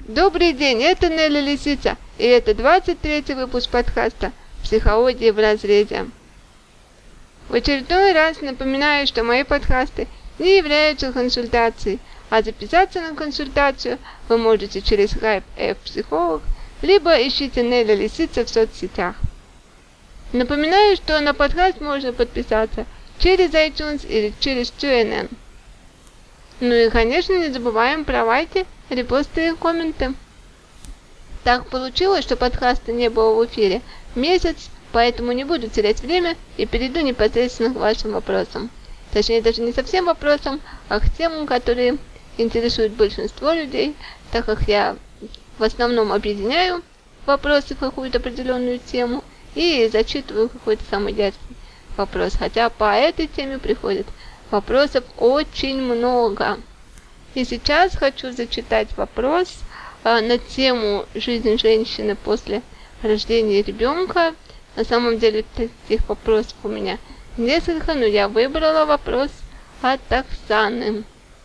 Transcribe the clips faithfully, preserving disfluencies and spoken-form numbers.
Добрый день, это Нелли Лисица, и это двадцать третий выпуск подкаста «Психология в разрезе». В очередной раз напоминаю, что мои подкасты не являются консультацией, а записаться на консультацию вы можете через Skype F Психолог, либо ищите Нелли Лисица в соцсетях. Напоминаю, что на подкаст можно подписаться через iTunes или через ту эн эн. Ну и, конечно, не забываем про лайки, репосты и комменты. Так получилось, что подкаста не было в эфире месяц, поэтому не буду терять время и перейду непосредственно к вашим вопросам. Точнее, даже не совсем вопросам, а к темам, которые интересуют большинство людей, так как я в основном объединяю вопросы в какую-то определенную тему и зачитываю какой-то самый яркий вопрос. Хотя по этой теме приходит вопросов очень много. И сейчас хочу зачитать вопрос а, на тему «Жизнь женщины после рождения ребенка». На самом деле таких вопросов у меня несколько, но я выбрала вопрос от Оксаны.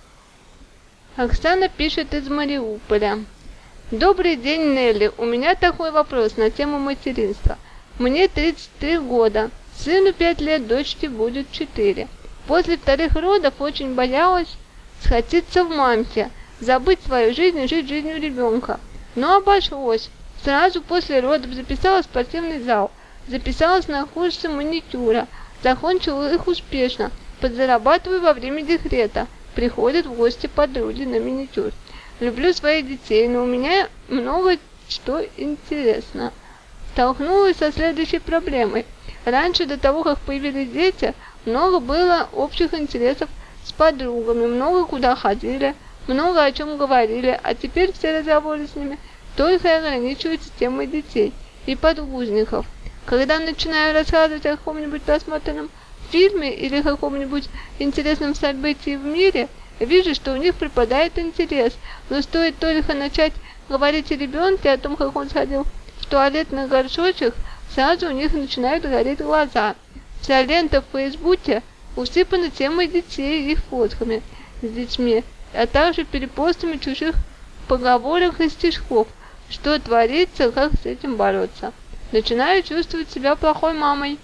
Оксана пишет из Мариуполя. Добрый день, Нелли. У меня такой вопрос на тему материнства. Мне тридцать три года. Сыну пять лет, дочке будет четыре. После вторых родов очень боялась схватиться в мамке, забыть свою жизнь и жить жизнью ребенка. Но обошлось. Сразу после родов записалась в спортивный зал, записалась на курсы маникюра, закончила их успешно, подзарабатываю во время декрета, приходят в гости подруги на маникюр. Люблю своих детей, но у меня много что интересно. Столкнулась со следующей проблемой. Раньше, до того, как появились дети, много было общих интересов с подругами, много куда ходили, много о чем говорили, а теперь все разговоры с ними только ограничиваются темой детей и подгузников. Когда начинаю рассказывать о каком-нибудь просмотренном фильме или каком-нибудь интересном событии в мире, вижу, что у них пропадает интерес, но стоит только начать говорить о ребенке, о том, как он сходил в туалет на горшочек, сразу у них начинают гореть глаза. Вся лента в Фейсбуке усыпана темой детей и их фотками с детьми, а также перепостами чужих поговорок и стишков. Что творится, как с этим бороться? Начинаю чувствовать себя плохой мамой.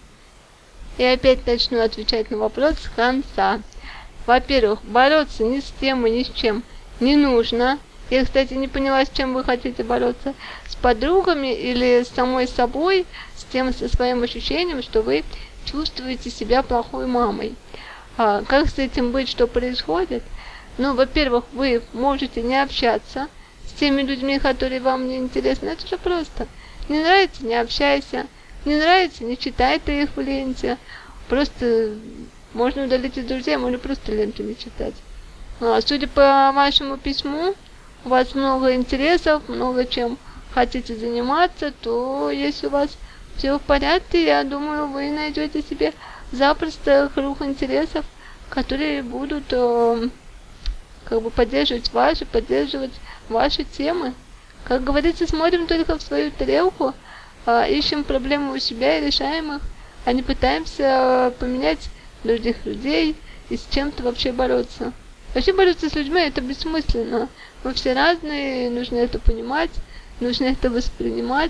И опять начну отвечать на вопрос с конца. Во-первых, бороться ни с тем и ни с чем не нужно. Я, кстати, не поняла, с чем вы хотите бороться. С подругами или с самой собой, с тем, со своим ощущением, что вы чувствуете себя плохой мамой. А, как с этим быть, что происходит? Ну, во-первых, вы можете не общаться с теми людьми, которые вам не интересны. Это же просто. Не нравится — не общайся. Не нравится — не читай ты их в ленте. Просто можно удалить из друзей, можно просто ленту не читать. А, судя по вашему письму, у вас много интересов, много чем хотите заниматься, то если у вас все в порядке, я думаю, вы найдете себе запросто круг интересов, которые будут э, как бы поддерживать ваши, поддерживать ваши темы. Как говорится, смотрим только в свою тарелку, э, ищем проблемы у себя и решаем их, а не пытаемся э, поменять других людей и с чем-то вообще бороться. Вообще бороться с людьми — это бессмысленно. Мы все разные, нужно это понимать, нужно это воспринимать.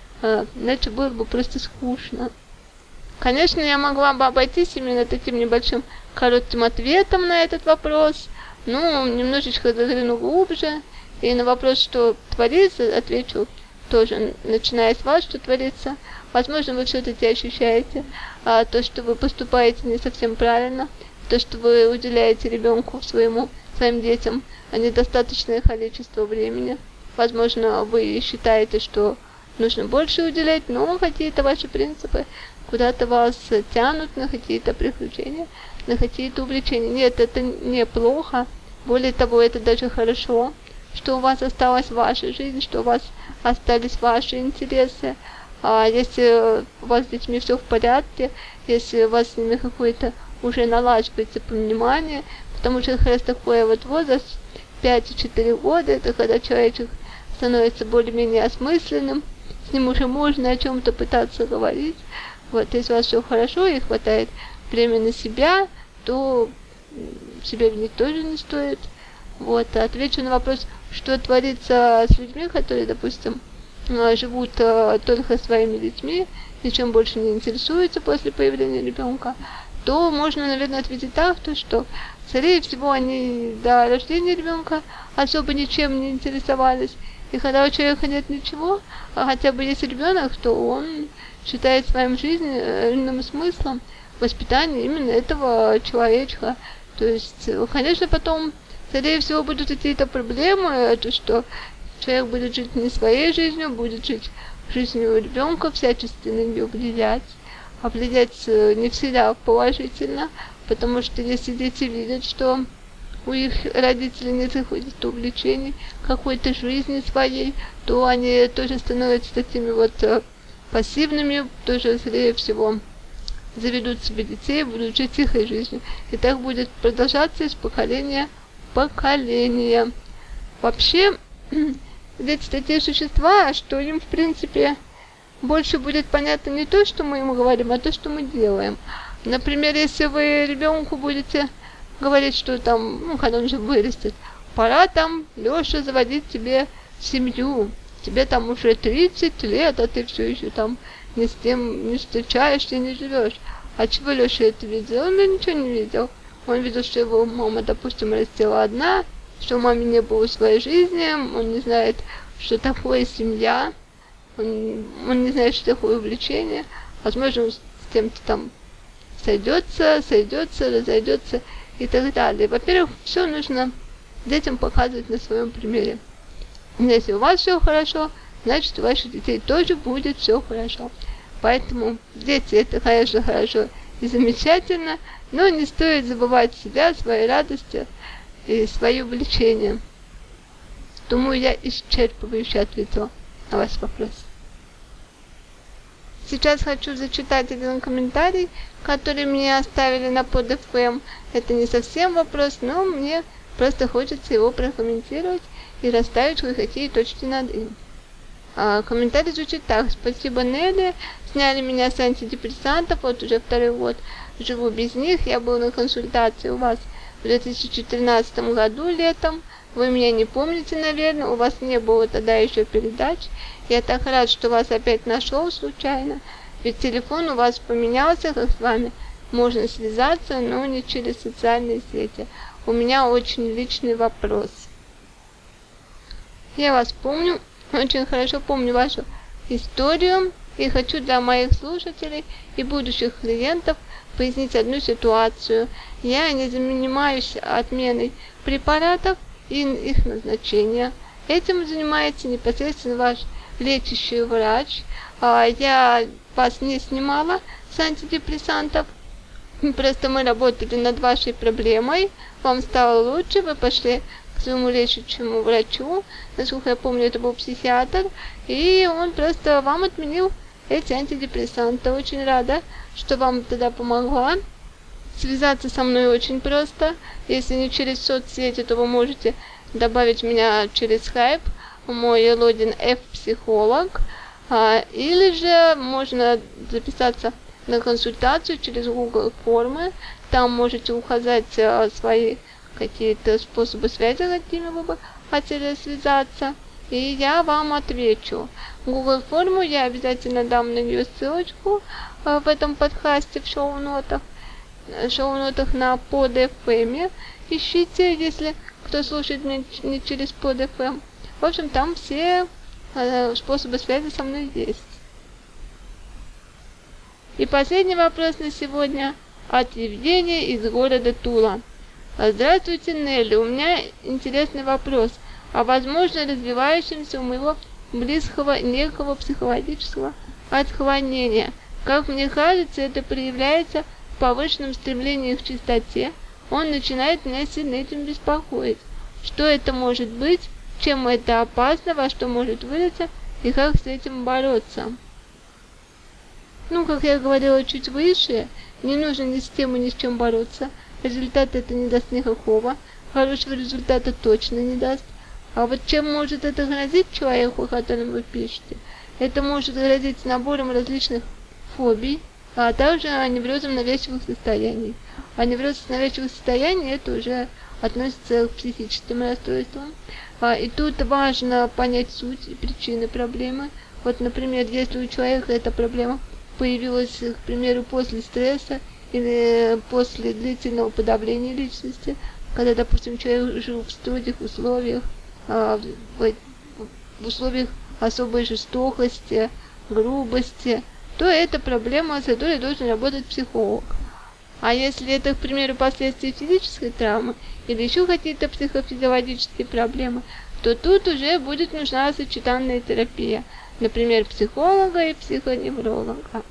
Иначе было бы просто скучно. Конечно, я могла бы обойтись именно таким небольшим коротким ответом на этот вопрос, но немножечко загляну глубже, и на вопрос, что творится, отвечу тоже, начиная с вас, что творится. Возможно, вы все-таки ощущаете а, то, что вы поступаете не совсем правильно, то, что вы уделяете ребенку своему, своим детям недостаточное количество времени. Возможно, вы считаете, что нужно больше уделять, но какие-то ваши принципы куда-то вас тянут на какие-то приключения, на какие-то увлечения. Нет, это неплохо. Более того, это даже хорошо, что у вас осталась ваша жизнь, что у вас остались ваши интересы. А если у вас с детьми все в порядке, если у вас с ними какое-то уже налаживается понимание, потому что как раз такой вот возраст, пять-четыре года, это когда человечек становится более-менее осмысленным, с ним уже можно о чем-то пытаться говорить. Вот, если у вас все хорошо и хватает времени на себя, то себя винить тоже не стоит. Вот, отвечу на вопрос, что творится с людьми, которые, допустим, э, живут э, только своими детьми, ничем больше не интересуются после появления ребенка, то можно, наверное, ответить так, то, что, скорее всего, они до рождения ребенка особо ничем не интересовались. И когда у человека нет ничего, а хотя бы есть ребенок, то он считает своим жизненным смыслом воспитание именно этого человечка. То есть, конечно, потом, скорее всего, будут какие-то проблемы, то, что человек будет жить не своей жизнью, будет жить жизнью ребенка, всячески на нее влиять, а влиять не всегда положительно, потому что если дети видят, что у их родителей нет каких-то увлечений, какой-то жизни своей, то они тоже становятся такими вот э, пассивными, тоже, скорее всего, заведут себе детей, будут жить тихой жизнью. И так будет продолжаться из поколения в поколение. Вообще, дети такие существа, что им, в принципе, больше будет понятно не то, что мы ему говорим, а то, что мы делаем. Например, если вы ребенку будете говорить, что там, ну, когда он уже вырастет, пора там, Леша, заводить тебе семью, тебе там уже тридцать лет, а ты все еще там ни с тем не встречаешься, не живешь. А чего Леша это видел? Он ничего не видел. Он видел, что его мама, допустим, растила одна, что у мамы не было своей жизни, он не знает, что такое семья, он, он не знает, что такое увлечение. Возможно, он с кем-то там сойдется, сойдется, разойдется и так далее. Во-первых, все нужно детям показывать на своем примере. Если у вас все хорошо, значит, у ваших детей тоже будет все хорошо. Поэтому дети — это, конечно, хорошо и замечательно, но не стоит забывать себя, свои радости и свои увлечения. Думаю, я исчерпывающе ответила на ваш вопрос. Сейчас хочу зачитать один комментарий, который мне оставили на под эф эм. Это не совсем вопрос, но мне просто хочется его прокомментировать и расставить кое-какие точки над «и». А, комментарий звучит так. Спасибо, Нелли. Сняли меня с антидепрессантов, вот уже второй год живу без них. Я был на консультации у вас в две тысячи тринадцатом году летом. Вы меня не помните, наверное, у вас не было тогда еще передач. Я так рад, что вас опять нашел случайно, ведь телефон у вас поменялся, как с вами можно связаться, но не через социальные сети. У меня очень личный вопрос. Я вас помню, очень хорошо помню вашу историю, и хочу для моих слушателей и будущих клиентов пояснить одну ситуацию. Я не занимаюсь отменой препаратов и их назначения. Этим занимается непосредственно ваш лечащий врач. Я вас не снимала с антидепрессантов, просто мы работали над вашей проблемой, вам стало лучше, вы пошли к своему лечащему врачу, насколько я помню, это был психиатр, и он просто вам отменил эти антидепрессанты. Очень рада, что вам тогда помогла. Связаться со мной очень просто. Если не через соцсети, то вы можете добавить меня через Skype, мой логин F-психолог, а, или же можно записаться на консультацию через Google формы. Там можете указать а, свои какие-то способы связи, какими вы бы хотели связаться, и я вам отвечу. Google форму я обязательно дам на нее ссылочку а, в этом подкасте, в шоу-нотах, шоу-нотах на под эф эм. Ищите, если кто слушает меня не через под эф эм. В общем, там все э, способы связи со мной есть. И последний вопрос на сегодня от Евгения из города Тула. Здравствуйте, Нелли. У меня интересный вопрос о возможно развивающемся у моего близкого некого психологического отклонения. Как мне кажется, это проявляется в повышенном стремлении к чистоте. Он начинает меня сильно этим беспокоить. Что это может быть? Чем это опасно, во что может вылиться и как с этим бороться. Ну, как я говорила чуть выше, не нужно ни с тем и ни с чем бороться. Результата это не даст никакого. Хорошего результата точно не даст. А вот чем может это грозить человеку, о котором вы пишете? Это может грозить набором различных фобий, а также неврозом навязчивых состояний. А невроз навязчивых состояний это уже относится к психическим расстройствам. А, и тут важно понять суть и причины проблемы. Вот, например, если у человека эта проблема появилась, к примеру, после стресса или после длительного подавления личности, когда, допустим, человек жил в строгих условиях, а, в, в условиях особой жестокости, грубости, то это проблема, с которой должен работать психолог. А если это, к примеру, последствия физической травмы или еще какие-то психофизиологические проблемы, то тут уже будет нужна сочетанная терапия, например, психолога и психоневролога.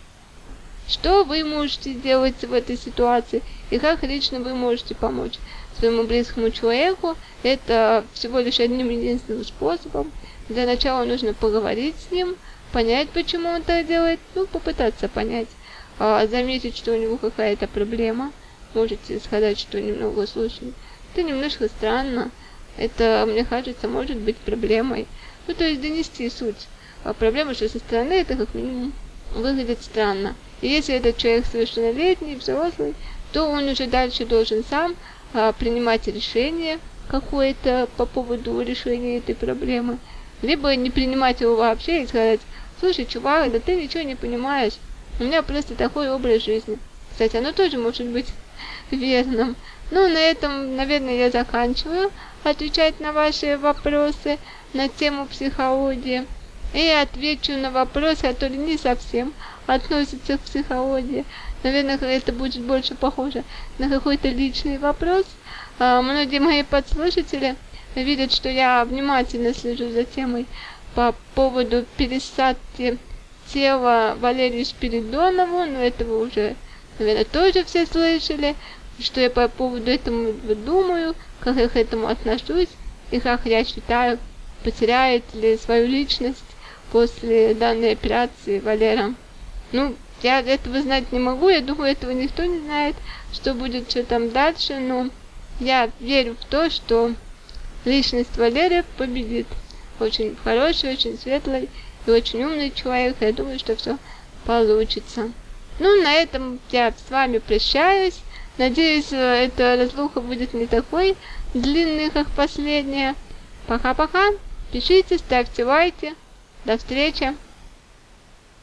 Что вы можете сделать в этой ситуации и как лично вы можете помочь своему близкому человеку? Это всего лишь одним единственным способом. Для начала нужно поговорить с ним, понять, почему он так делает, ну, попытаться понять, а, заметить, что у него какая-то проблема. Можете сказать, что немного слушай, это немножко странно, это, мне кажется, может быть проблемой. Ну, то есть донести суть. А проблема, что со стороны это как минимум выглядит странно. И если этот человек совершеннолетний, взрослый, то он уже дальше должен сам а, принимать решение какое-то по поводу решения этой проблемы. Либо не принимать его вообще и сказать: слушай, чувак, да ты ничего не понимаешь, у меня просто такой образ жизни. Кстати, оно тоже может быть верным. Ну, на этом, наверное, я заканчиваю отвечать на ваши вопросы на тему психологии. И отвечу на вопрос, который не совсем относится к психологии. Наверное, это будет больше похоже на какой-то личный вопрос. А, многие мои подслушатели видят, что я внимательно слежу за темой по поводу пересадки тела Валерию Спиридонову, но это вы уже, наверное, тоже все слышали, что я по поводу этого думаю, как я к этому отношусь и как я считаю, потеряет ли свою личность после данной операции Валера. Ну, я этого знать не могу, я думаю, этого никто не знает, что будет, что там дальше, но я верю в то, что личность Валерия победит. Очень хороший, очень светлый и очень умный человек, я думаю, что все получится. Ну, на этом я с вами прощаюсь. Надеюсь, эта разлука будет не такой длинной, как последняя. Пока-пока. Пишите, ставьте лайки. До встречи.